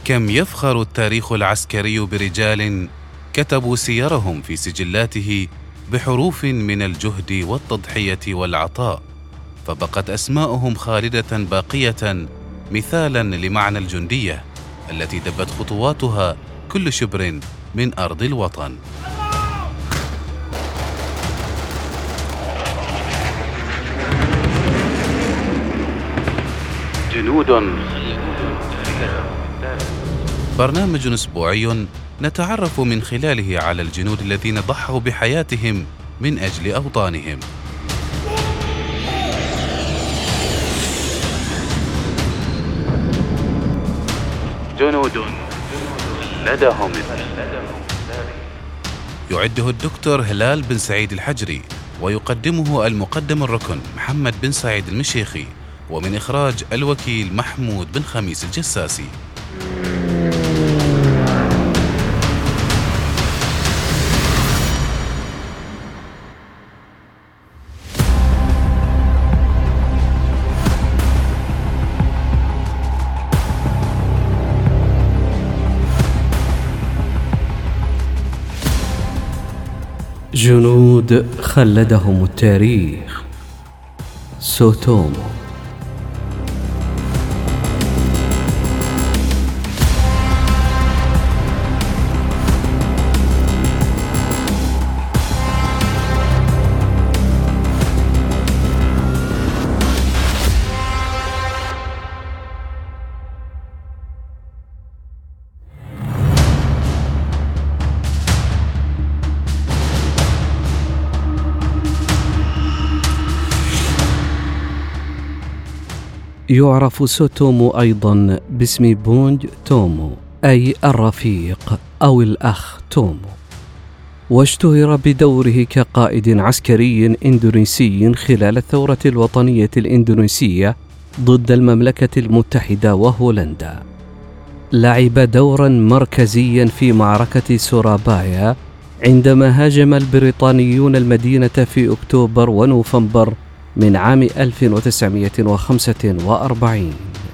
كم يفخر التاريخ العسكري برجال كتبوا سيرهم في سجلاته بحروف من الجهد والتضحية والعطاء، فبقت أسماؤهم خالدة باقية مثالا لمعنى الجندية التي دبت خطواتها كل شبر من أرض الوطن. جنود، برنامج أسبوعي نتعرف من خلاله على الجنود الذين ضحوا بحياتهم من أجل أوطانهم. جنود لدهم يعده الدكتور هلال بن سعيد الحجري، ويقدمه المقدم الركن محمد بن سعيد المشيخي، ومن إخراج الوكيل محمود بن خميس الجساسي. جنود خلدهم التاريخ. سوتومو. يعرف سوتومو أيضا باسم بونج تومو، أي الرفيق أو الأخ تومو، واشتهر بدوره كقائد عسكري إندونيسي خلال الثورة الوطنية الإندونيسية ضد المملكة المتحدة وهولندا. لعب دورا مركزيا في معركة سورابايا عندما هاجم البريطانيون المدينة في أكتوبر ونوفمبر من عام 1945.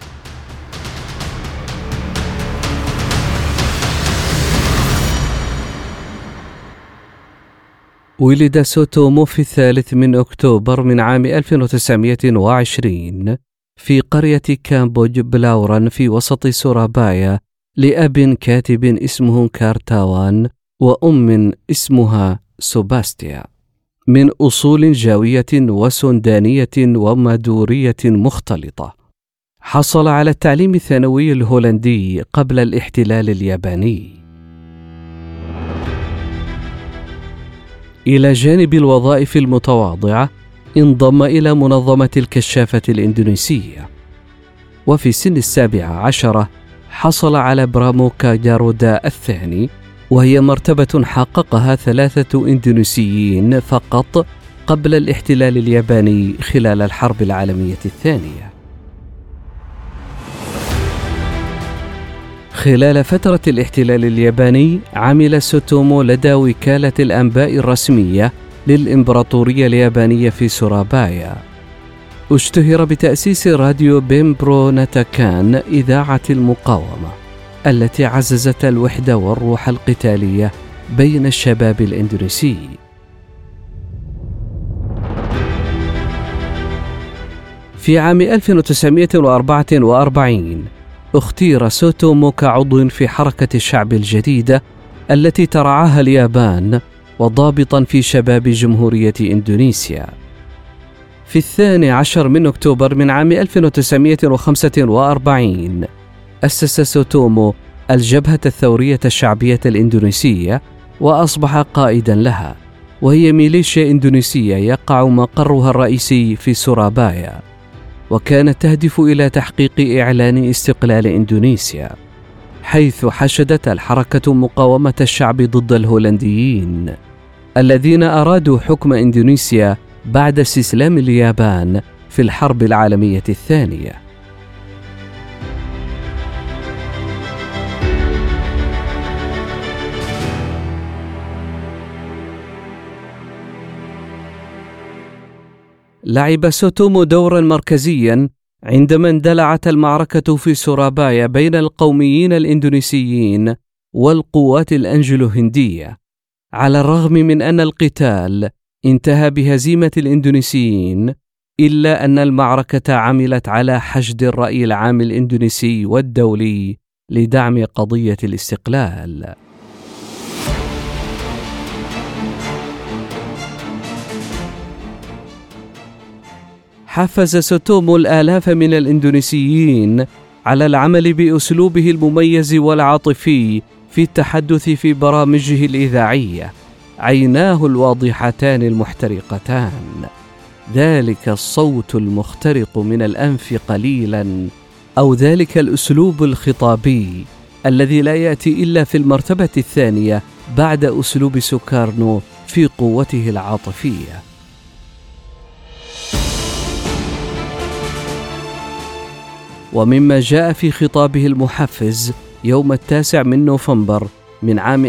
ولد سوتومو في 3 أكتوبر من عام 1920 في قرية كامبوج بلاوران في وسط سورابايا، لأب كاتب اسمه كارتاوان وأم اسمها سوباستيا، من أصول جاوية وسندانية ومادورية مختلطة. حصل على التعليم الثانوي الهولندي قبل الاحتلال الياباني. إلى جانب الوظائف المتواضعة انضم إلى منظمة الكشافة الإندونيسية، وفي سن 17 حصل على براموكا جارودا الثاني، وهي مرتبة حققها 3 إندونيسيين فقط قبل الاحتلال الياباني خلال الحرب العالمية الثانية. خلال فترة الاحتلال الياباني عمل سوتومو لدى وكالة الأنباء الرسمية للإمبراطورية اليابانية في سورابايا. اشتهر بتأسيس راديو بيمبرو ناتاكان إذاعة المقاومة التي عززت الوحدة والروح القتالية بين الشباب الإندونيسي. في عام 1944 اختير سوتومو كعضو في حركة الشعب الجديدة التي ترعاها اليابان، وضابطا في شباب جمهورية إندونيسيا. في 12 أكتوبر من عام 1945 أسس سوتومو الجبهة الثورية الشعبية الإندونيسية، وأصبح قائدا لها، وهي ميليشيا إندونيسية يقع مقرها الرئيسي في سورابايا، وكانت تهدف إلى تحقيق إعلان استقلال إندونيسيا، حيث حشدت الحركة مقاومة الشعب ضد الهولنديين الذين أرادوا حكم إندونيسيا بعد استسلام اليابان في الحرب العالمية الثانية. لعب سوتومو دورا مركزيا عندما اندلعت المعركة في سورابايا بين القوميين الإندونيسيين والقوات الأنجلو هندية، على الرغم من أن القتال انتهى بهزيمة الإندونيسيين، إلا أن المعركة عملت على حشد الرأي العام الإندونيسي والدولي لدعم قضية الاستقلال. حفز سوتومو الآلاف من الإندونيسيين على العمل بأسلوبه المميز والعاطفي في التحدث في برامجه الإذاعية، عيناه الواضحتان المحترقتان، ذلك الصوت المخترق من الأنف قليلا، أو ذلك الأسلوب الخطابي الذي لا يأتي إلا في المرتبة الثانية بعد أسلوب سوكارنو في قوته العاطفية. ومما جاء في خطابه المحفز يوم 9 نوفمبر من عام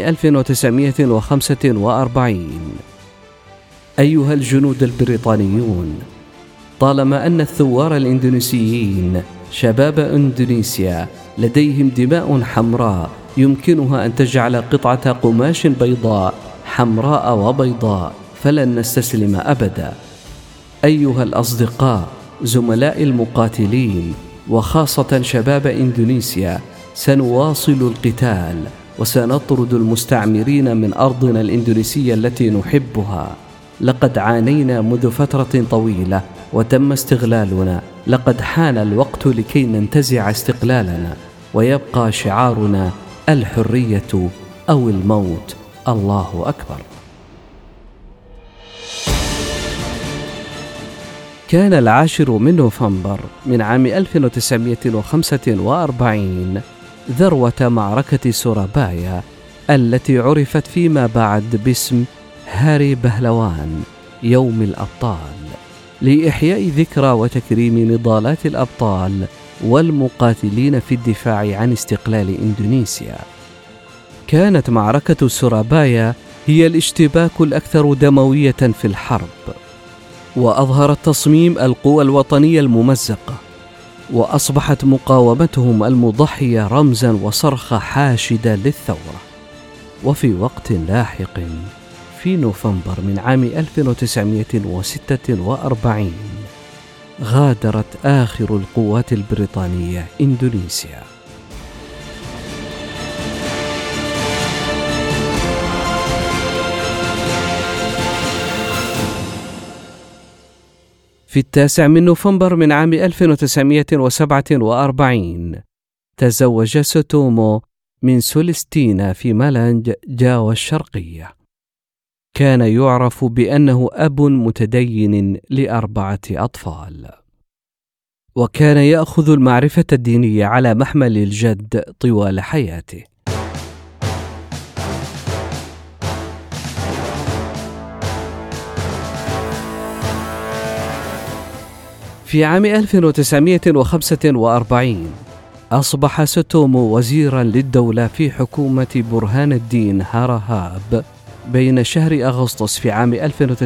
1945: أيها الجنود البريطانيون، طالما أن الثوار الإندونيسيين شباب إندونيسيا لديهم دماء حمراء يمكنها أن تجعل قطعة قماش بيضاء حمراء وبيضاء، فلن نستسلم أبدا. أيها الأصدقاء زملاء المقاتلين، وخاصة شباب إندونيسيا، سنواصل القتال وسنطرد المستعمرين من أرضنا الإندونيسية التي نحبها. لقد عانينا منذ فترة طويلة وتم استغلالنا، لقد حان الوقت لكي ننتزع استقلالنا، ويبقى شعارنا الحرية أو الموت. الله أكبر. كان 10 نوفمبر من عام 1945 ذروة معركة سورابايا التي عرفت فيما بعد باسم هاري بهلوان، يوم الأبطال، لإحياء ذكرى وتكريم نضالات الأبطال والمقاتلين في الدفاع عن استقلال إندونيسيا. كانت معركة سورابايا هي الاشتباك الأكثر دموية في الحرب، وأظهرت تصميم القوى الوطنية الممزقة، وأصبحت مقاومتهم المضحية رمزا وصرخة حاشدة للثورة. وفي وقت لاحق في نوفمبر من عام 1946 غادرت آخر القوات البريطانية إندونيسيا. في 9 نوفمبر من عام 1947 تزوج سوتومو من سولستينا في مالانج، جاوا الشرقية. كان يعرف بأنه أب متدين ل4 أطفال، وكان يأخذ المعرفة الدينية على محمل الجد طوال حياته. في عام 1945 أصبح سوتومو وزيرا للدولة في حكومة برهان الدين هاراهاب بين شهر أغسطس في عام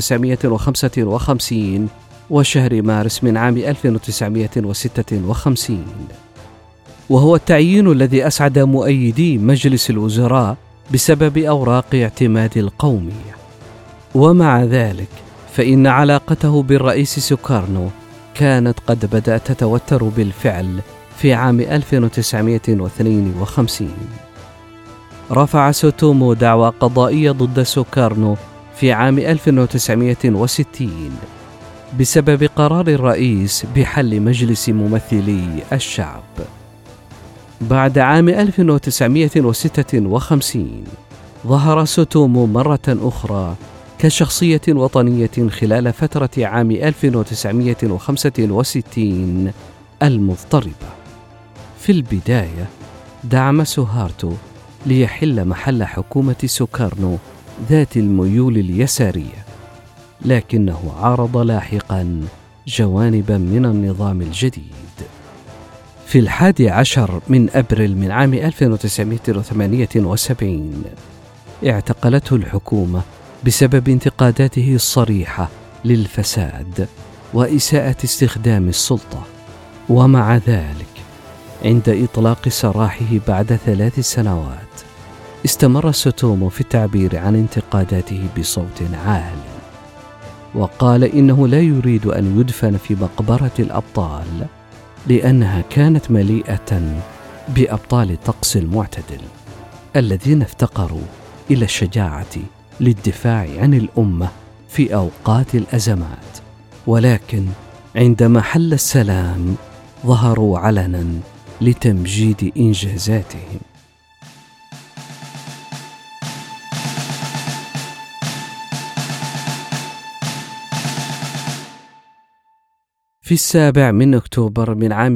1955 وشهر مارس من عام 1956، وهو التعيين الذي أسعد مؤيدي مجلس الوزراء بسبب أوراق اعتماد القومية. ومع ذلك فإن علاقته بالرئيس سوكارنو كانت قد بدأت تتوتر بالفعل في عام 1952. رفع سوتومو دعوى قضائية ضد سوكارنو في عام 1960 بسبب قرار الرئيس بحل مجلس ممثلي الشعب. بعد عام 1956 ظهر سوتومو مرة أخرى كشخصية وطنية خلال فترة عام 1965 المضطربة. في البداية دعم سوهارتو ليحل محل حكومة سوكارنو ذات الميول اليسارية، لكنه عارض لاحقا جوانبا من النظام الجديد. في 11 من أبريل من عام 1978 اعتقلته الحكومة بسبب انتقاداته الصريحة للفساد وإساءة استخدام السلطة. ومع ذلك عند إطلاق سراحه بعد 3 سنوات استمر سوتومو في التعبير عن انتقاداته بصوت عال، وقال إنه لا يريد أن يدفن في مقبرة الأبطال لأنها كانت مليئة بأبطال الطقس المعتدل الذين افتقروا إلى الشجاعة للدفاع عن الأمة في أوقات الأزمات، ولكن عندما حل السلام ظهروا علنا لتمجيد إنجازاتهم. في 7 أكتوبر من عام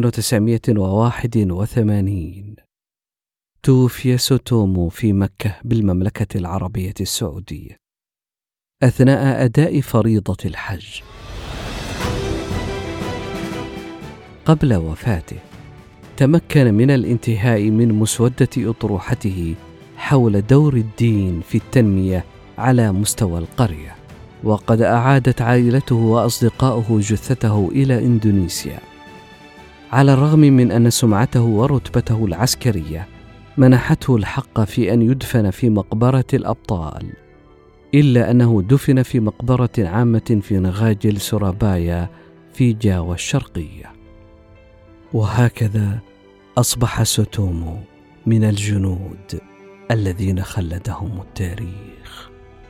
1981 توفي سوتومو في مكة بالمملكة العربية السعودية أثناء أداء فريضة الحج. قبل وفاته تمكن من الانتهاء من مسودة أطروحته حول دور الدين في التنمية على مستوى القرية، وقد أعادت عائلته وأصدقاؤه جثته إلى إندونيسيا. على الرغم من أن سمعته ورتبته العسكرية منحته الحق في أن يدفن في مقبرة الأبطال، إلا أنه دفن في مقبرة عامة في نغاجل سورابايا في جاوا الشرقية. وهكذا أصبح سوتومو من الجنود الذين خلدهم التاريخ.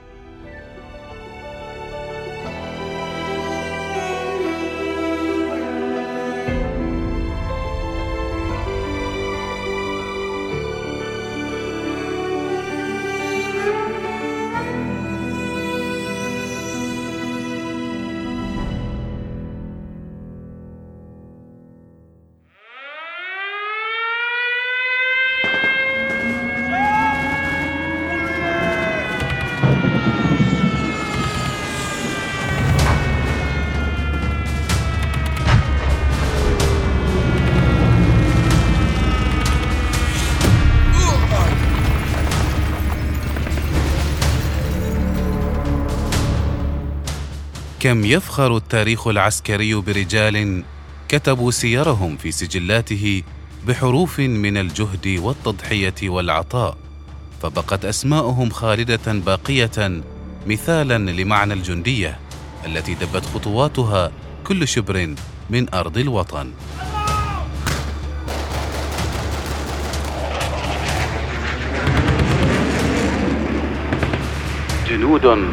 كم يفخر التاريخ العسكري برجال كتبوا سيرهم في سجلاته بحروف من الجهد والتضحية والعطاء، فبقت أسماؤهم خالدة باقية مثالا لمعنى الجندية التي دبت خطواتها كل شبر من أرض الوطن. جنود،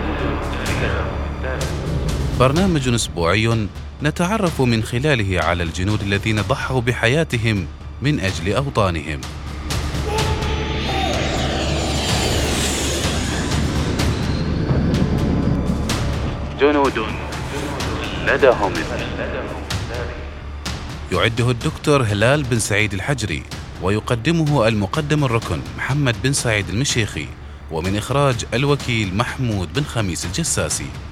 برنامج أسبوعي نتعرف من خلاله على الجنود الذين ضحوا بحياتهم من أجل أوطانهم. جنود لدهم. يعده الدكتور هلال بن سعيد الحجري، ويقدمه المقدم الركن محمد بن سعيد المشيخي، ومن إخراج الوكيل محمود بن خميس الجساسي.